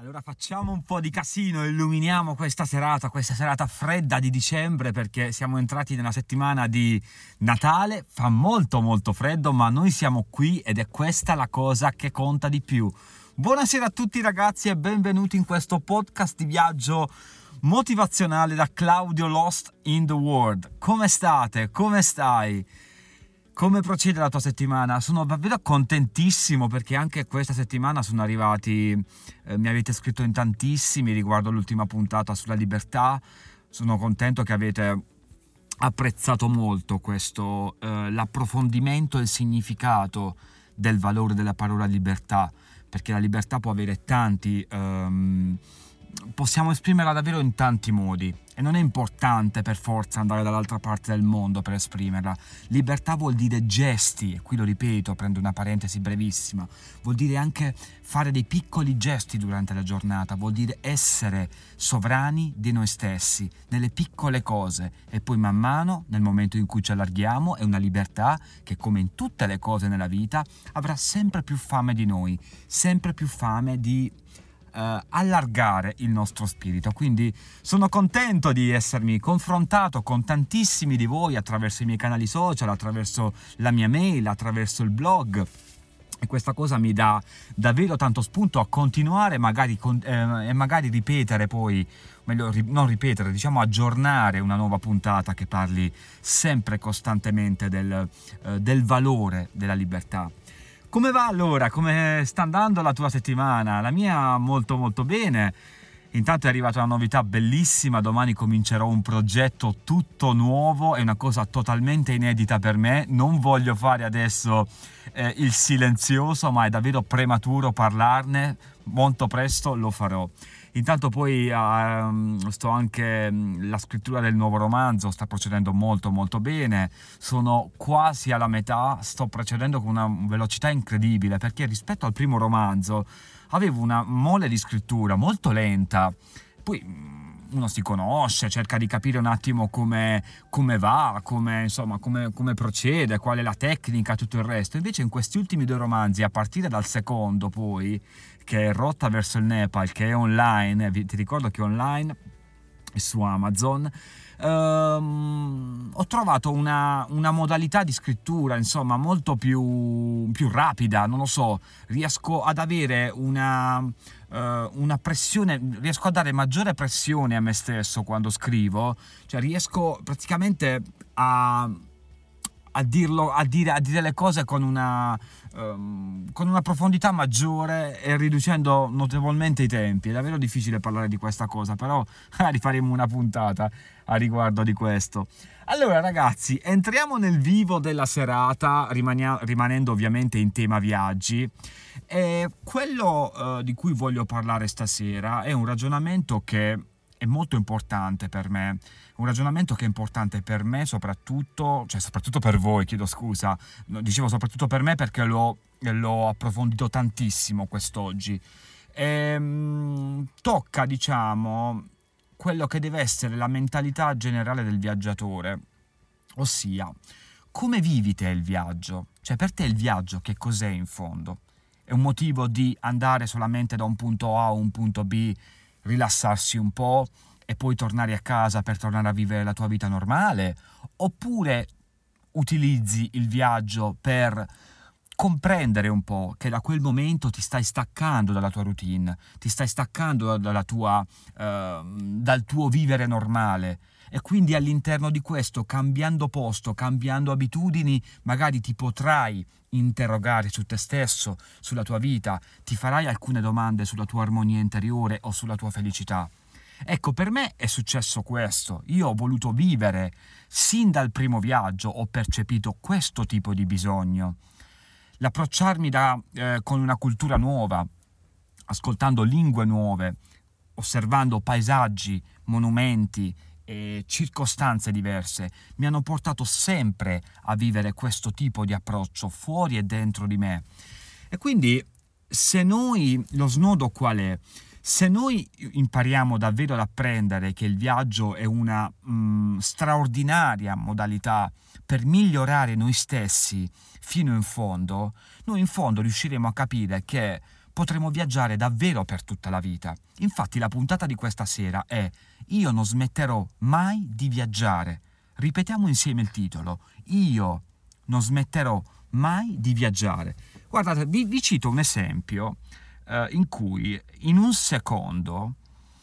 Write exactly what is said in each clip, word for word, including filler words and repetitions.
Allora facciamo un po' di casino, illuminiamo questa serata, questa serata fredda di dicembre, perché siamo entrati nella settimana di Natale, fa molto molto freddo, ma noi siamo qui ed è questa la cosa che conta di più. Buonasera a tutti ragazzi e benvenuti in questo podcast di viaggio motivazionale da Claudio Lost in the World. Come state? Come stai? Come procede la tua settimana? Sono davvero contentissimo perché anche questa settimana sono arrivati, eh, mi avete scritto in tantissimi riguardo l'ultima puntata sulla libertà. Sono contento che avete apprezzato molto questo, eh, l'approfondimento e il significato del valore della parola libertà, perché la libertà può avere tanti... ehm, possiamo esprimerla davvero in tanti modi e non è importante per forza andare dall'altra parte del mondo per esprimerla. Libertà vuol dire gesti, e qui lo ripeto, prendo una parentesi brevissima, vuol dire anche fare dei piccoli gesti durante la giornata, vuol dire essere sovrani di noi stessi nelle piccole cose, e poi man mano nel momento in cui ci allarghiamo è una libertà che, come in tutte le cose nella vita, avrà sempre più fame di noi, sempre più fame di Uh, allargare il nostro spirito. Quindi sono contento di essermi confrontato con tantissimi di voi attraverso i miei canali social, attraverso la mia mail, attraverso il blog, e questa cosa mi dà davvero tanto spunto a continuare magari con, eh, e magari ripetere poi, meglio ri, non ripetere, diciamo aggiornare una nuova puntata che parli sempre costantemente del, eh, del valore della libertà. Come va allora? Come sta andando la tua settimana? La mia molto molto bene. Intanto è arrivata una novità bellissima, domani comincerò un progetto tutto nuovo, è una cosa totalmente inedita per me, non voglio fare adesso eh, il silenzioso, ma è davvero prematuro parlarne, molto presto lo farò. Intanto poi uh, sto anche la scrittura del nuovo romanzo sta procedendo molto molto bene, sono quasi alla metà, sto procedendo con una velocità incredibile perché rispetto al primo romanzo avevo una mole di scrittura molto lenta. Poi uno si conosce, cerca di capire un attimo come, come va, come, insomma, come, come procede, qual è la tecnica, tutto il resto. Invece in questi ultimi due romanzi, a partire dal secondo poi, che è Rotta verso il Nepal, che è online, ti ricordo che è online, è su Amazon, ehm, ho trovato una, una modalità di scrittura, insomma, molto più, più rapida, non lo so, riesco ad avere una... Uh, una pressione, riesco a dare maggiore pressione a me stesso quando scrivo, cioè riesco praticamente a, a dirlo, a dire, a dire le cose con una, um, con una profondità maggiore e riducendo notevolmente i tempi. È davvero difficile parlare di questa cosa, però rifaremo una puntata a riguardo di questo. Allora ragazzi, entriamo nel vivo della serata, rimania- rimanendo ovviamente in tema viaggi. E quello uh, di cui voglio parlare stasera è un ragionamento che è molto importante per me, un ragionamento che è importante per me soprattutto, cioè soprattutto per voi, chiedo scusa, dicevo soprattutto per me perché l'ho, l'ho approfondito tantissimo quest'oggi. E, um, tocca, diciamo, quello che deve essere la mentalità generale del viaggiatore, ossia, come vivi te il viaggio? Cioè per te il viaggio che cos'è in fondo? È un motivo di andare solamente da un punto A a un punto B, rilassarsi un po' e poi tornare a casa per tornare a vivere la tua vita normale? Oppure utilizzi il viaggio per comprendere un po' che da quel momento ti stai staccando dalla tua routine, ti stai staccando dalla tua, eh, dal tuo vivere normale, e quindi all'interno di questo, cambiando posto, cambiando abitudini, magari ti potrai interrogare su te stesso, sulla tua vita, ti farai alcune domande sulla tua armonia interiore o sulla tua felicità. Ecco, per me è successo questo. Io ho voluto vivere, sin dal primo viaggio ho percepito questo tipo di bisogno. L'approcciarmi da, eh, con una cultura nuova, ascoltando lingue nuove, osservando paesaggi, monumenti e circostanze diverse, mi hanno portato sempre a vivere questo tipo di approccio fuori e dentro di me. E quindi, se noi, lo snodo qual è? Se noi impariamo davvero ad apprendere che il viaggio è una mh, straordinaria modalità per migliorare noi stessi fino in fondo, noi in fondo riusciremo a capire che potremo viaggiare davvero per tutta la vita. Infatti la puntata di questa sera è Io non smetterò mai di viaggiare. Ripetiamo insieme il titolo. Io non smetterò mai di viaggiare. Guardate, vi, vi cito un esempio eh, in cui in un secondo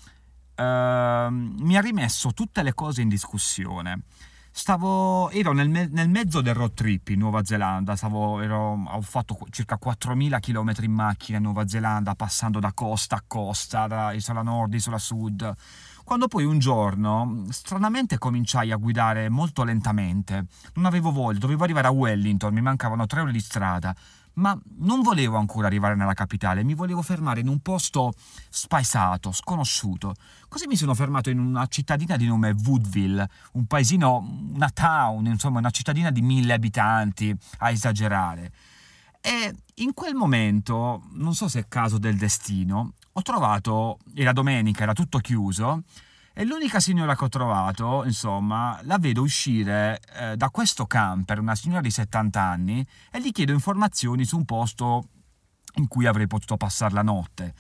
eh, mi ha rimesso tutte le cose in discussione. Stavo, ero nel, me, nel mezzo del road trip in Nuova Zelanda, stavo, ero, ho fatto circa quattromila chilometri in macchina in Nuova Zelanda, passando da costa a costa, da isola nord, isola sud, quando poi un giorno, stranamente, cominciai a guidare molto lentamente. Non avevo voglia, dovevo arrivare a Wellington, mi mancavano tre ore di strada, ma non volevo ancora arrivare nella capitale, mi volevo fermare in un posto spaesato, sconosciuto. Così mi sono fermato in una cittadina di nome Woodville, un paesino, una town, insomma una cittadina di mille abitanti, a esagerare. E in quel momento, non so se è caso del destino, ho trovato, era domenica, era tutto chiuso, e l'unica signora che ho trovato, insomma, la vedo uscire eh, da questo camper, una signora di settanta anni, e gli chiedo informazioni su un posto in cui avrei potuto passare la notte.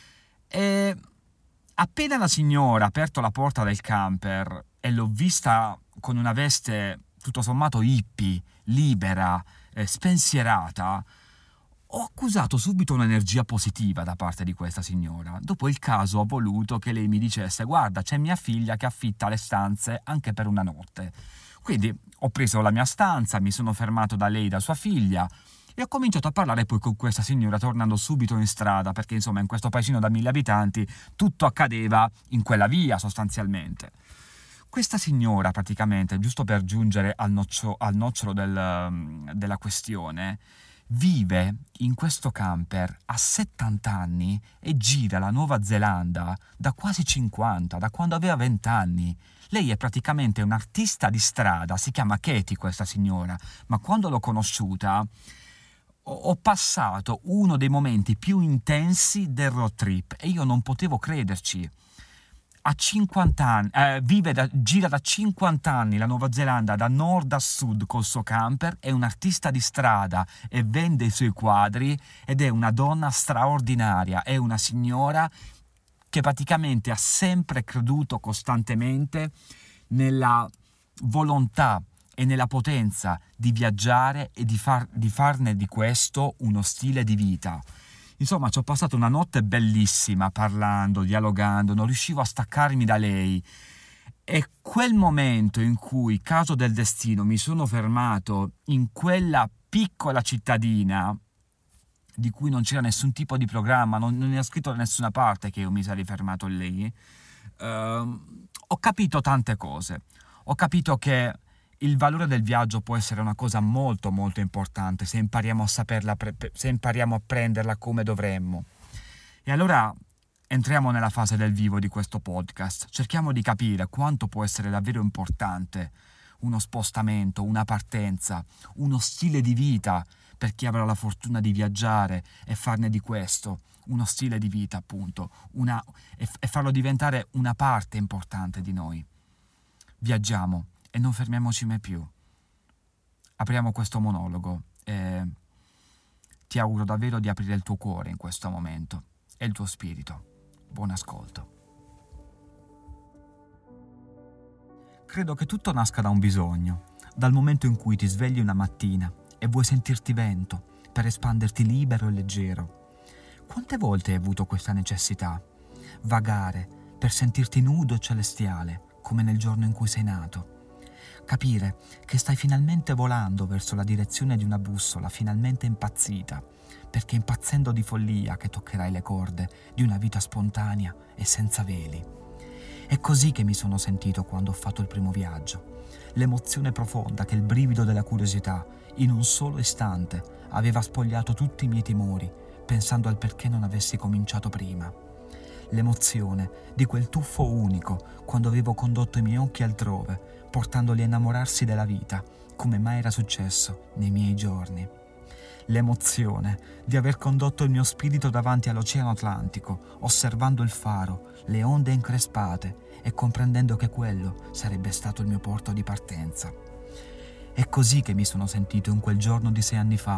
E appena la signora ha aperto la porta del camper e l'ho vista con una veste tutto sommato hippie, libera, eh, spensierata, ho accusato subito un'energia positiva da parte di questa signora. Dopo il caso ho voluto che lei mi dicesse: guarda, c'è mia figlia che affitta le stanze anche per una notte. Quindi ho preso la mia stanza, mi sono fermato da lei e da sua figlia e ho cominciato a parlare poi con questa signora, tornando subito in strada, perché insomma in questo paesino da mille abitanti tutto accadeva in quella via sostanzialmente. Questa signora praticamente, giusto per giungere al, noccio, al nocciolo del, della questione, vive in questo camper a settanta anni e gira la Nuova Zelanda da quasi cinquanta, da quando aveva venti anni. Lei è praticamente un'artista di strada, si chiama Katie questa signora, ma quando l'ho conosciuta ho passato uno dei momenti più intensi del road trip e io non potevo crederci. A cinquanta anni, eh, vive da, gira da cinquanta anni la Nuova Zelanda da nord a sud col suo camper, è un artista di strada e vende i suoi quadri ed è una donna straordinaria, è una signora che praticamente ha sempre creduto costantemente nella volontà e nella potenza di viaggiare e di, far, di farne di questo uno stile di vita. Insomma, ci ho passato una notte bellissima parlando, dialogando, non riuscivo a staccarmi da lei. E quel momento in cui, caso del destino, mi sono fermato in quella piccola cittadina di cui non c'era nessun tipo di programma, non, non era scritto da nessuna parte che io mi sarei fermato lì, eh, ho capito tante cose. Ho capito che il valore del viaggio può essere una cosa molto molto importante se impariamo a saperla, se impariamo a prenderla come dovremmo. E allora entriamo nella fase del vivo di questo podcast, cerchiamo di capire quanto può essere davvero importante uno spostamento, una partenza, uno stile di vita per chi avrà la fortuna di viaggiare e farne di questo uno stile di vita, appunto, una, e, e farlo diventare una parte importante di noi. Viaggiamo e non fermiamoci mai più. Apriamo questo monologo e ti auguro davvero di aprire il tuo cuore in questo momento e il tuo spirito. Buon ascolto. Credo che tutto nasca da un bisogno, dal momento in cui ti svegli una mattina e vuoi sentirti vento per espanderti libero e leggero. Quante volte hai avuto questa necessità? Vagare per sentirti nudo e celestiale, come nel giorno in cui sei nato. Capire che stai finalmente volando verso la direzione di una bussola finalmente impazzita, perché impazzendo di follia che toccherai le corde di una vita spontanea e senza veli. È così che mi sono sentito quando ho fatto il primo viaggio. L'emozione profonda che il brivido della curiosità, in un solo istante, aveva spogliato tutti i miei timori, pensando al perché non avessi cominciato prima. L'emozione di quel tuffo unico quando avevo condotto i miei occhi altrove, portandoli a innamorarsi della vita, come mai era successo nei miei giorni. L'emozione di aver condotto il mio spirito davanti all'Oceano Atlantico, osservando il faro, le onde increspate e comprendendo che quello sarebbe stato il mio porto di partenza. È così che mi sono sentito in quel giorno di sei anni fa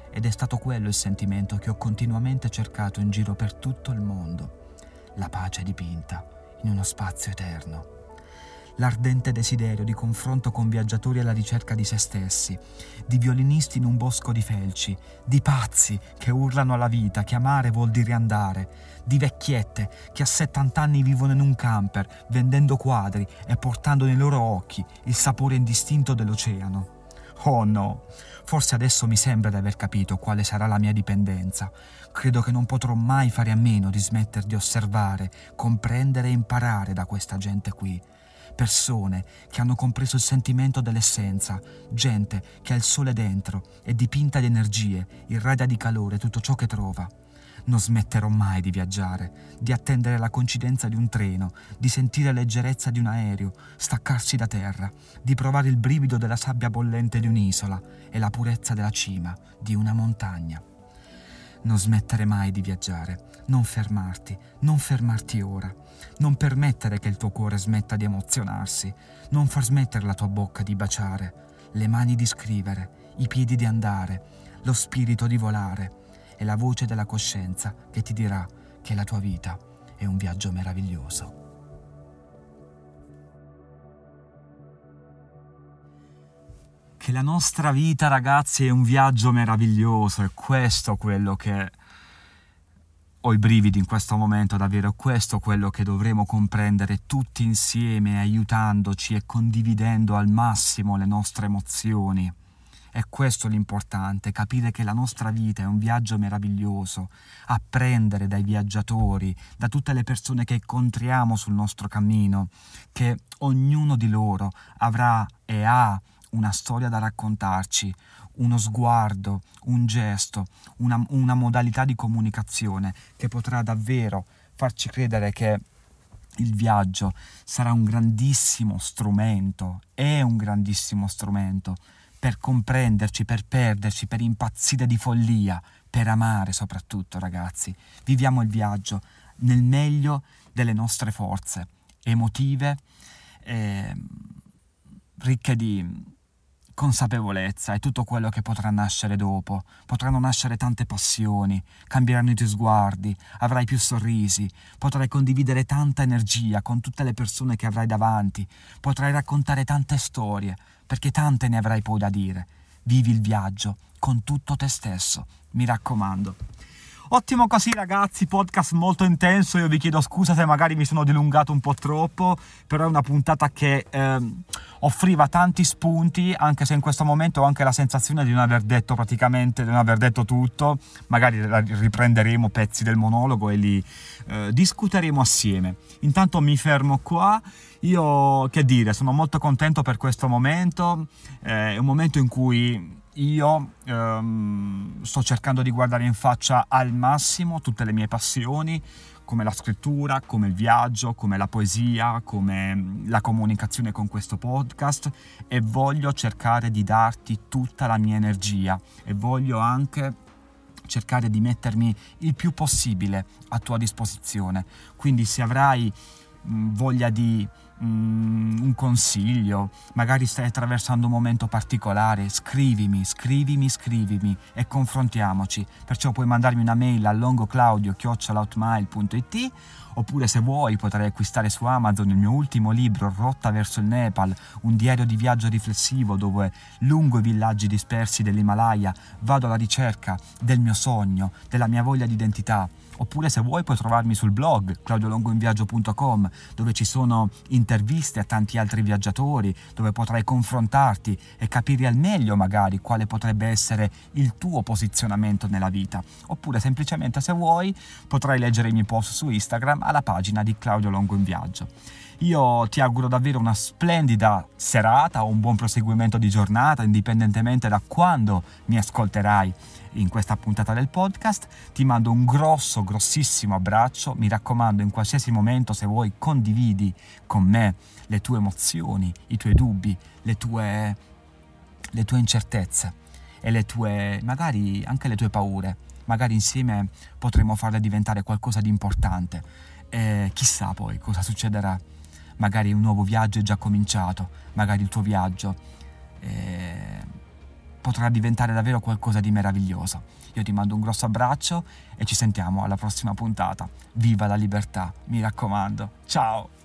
ed è stato quello il sentimento che ho continuamente cercato in giro per tutto il mondo. La pace dipinta in uno spazio eterno. L'ardente desiderio di confronto con viaggiatori alla ricerca di se stessi, di violinisti in un bosco di felci, di pazzi che urlano alla vita che amare vuol dire andare, di vecchiette che a settanta anni vivono in un camper vendendo quadri e portando nei loro occhi il sapore indistinto dell'oceano. Oh no, forse adesso mi sembra di aver capito quale sarà la mia dipendenza. Credo che non potrò mai fare a meno di smettere di osservare, comprendere e imparare da questa gente qui. Persone che hanno compreso il sentimento dell'essenza, gente che ha il sole dentro, è dipinta di energie, irradia di calore tutto ciò che trova. Non smetterò mai di viaggiare, di attendere la coincidenza di un treno, di sentire la leggerezza di un aereo staccarsi da terra, di provare il brivido della sabbia bollente di un'isola e la purezza della cima di una montagna. Non smettere mai di viaggiare, non fermarti, non fermarti ora, non permettere che il tuo cuore smetta di emozionarsi, non far smettere la tua bocca di baciare, le mani di scrivere, i piedi di andare, lo spirito di volare e la voce della coscienza che ti dirà che la tua vita è un viaggio meraviglioso. Che la nostra vita, ragazzi, è un viaggio meraviglioso, è questo quello che ho i brividi in questo momento, davvero questo quello che dovremo comprendere tutti insieme, aiutandoci e condividendo al massimo le nostre emozioni. È questo l'importante, capire che la nostra vita è un viaggio meraviglioso, apprendere dai viaggiatori, da tutte le persone che incontriamo sul nostro cammino, che ognuno di loro avrà e ha una storia da raccontarci, uno sguardo, un gesto, una, una modalità di comunicazione che potrà davvero farci credere che il viaggio sarà un grandissimo strumento, è un grandissimo strumento per comprenderci, per perderci, per impazzire di follia, per amare soprattutto, ragazzi. Viviamo il viaggio nel meglio delle nostre forze emotive, eh, ricche di consapevolezza e tutto quello che potrà nascere dopo. Potranno nascere tante passioni, cambieranno i tuoi sguardi, avrai più sorrisi, potrai condividere tanta energia con tutte le persone che avrai davanti, potrai raccontare tante storie, perché tante ne avrai poi da dire. Vivi il viaggio con tutto te stesso, mi raccomando. Ottimo così, ragazzi, podcast molto intenso, io vi chiedo scusa se magari mi sono dilungato un po' troppo, però è una puntata che eh, offriva tanti spunti, anche se in questo momento ho anche la sensazione di non aver detto praticamente, di non aver detto tutto. Magari riprenderemo pezzi del monologo e li eh, discuteremo assieme. Intanto mi fermo qua. Io, che dire, sono molto contento per questo momento, eh, è un momento in cui io ehm, sto cercando di guardare in faccia al massimo tutte le mie passioni, come la scrittura, come il viaggio, come la poesia, come la comunicazione con questo podcast, e voglio cercare di darti tutta la mia energia e voglio anche cercare di mettermi il più possibile a tua disposizione. Quindi se avrai mh, voglia di Mm, un consiglio, magari stai attraversando un momento particolare, scrivimi, scrivimi, scrivimi e confrontiamoci. Perciò puoi mandarmi una mail a longoclaudio chiocciola hotmail punto it, oppure se vuoi potrai acquistare su Amazon il mio ultimo libro, Rotta verso il Nepal, un diario di viaggio riflessivo dove, lungo i villaggi dispersi dell'Himalaya, vado alla ricerca del mio sogno, della mia voglia di identità. Oppure se vuoi puoi trovarmi sul blog claudio longo in viaggio punto com, dove ci sono interviste a tanti altri viaggiatori, dove potrai confrontarti e capire al meglio magari quale potrebbe essere il tuo posizionamento nella vita. Oppure semplicemente, se vuoi, potrai leggere i miei post su Instagram alla pagina di Claudio Longo in Viaggio. Io ti auguro davvero una splendida serata o un buon proseguimento di giornata, indipendentemente da quando mi ascolterai in questa puntata del podcast. Ti mando un grosso, grossissimo abbraccio. Mi raccomando, in qualsiasi momento, se vuoi, condividi con me le tue emozioni, i tuoi dubbi, le tue, le tue incertezze e le tue, magari anche le tue paure. Magari insieme potremo farle diventare qualcosa di importante. E chissà poi cosa succederà. Magari un nuovo viaggio è già cominciato, magari il tuo viaggio eh, potrà diventare davvero qualcosa di meraviglioso. Io ti mando un grosso abbraccio e ci sentiamo alla prossima puntata. Viva la libertà, mi raccomando. Ciao!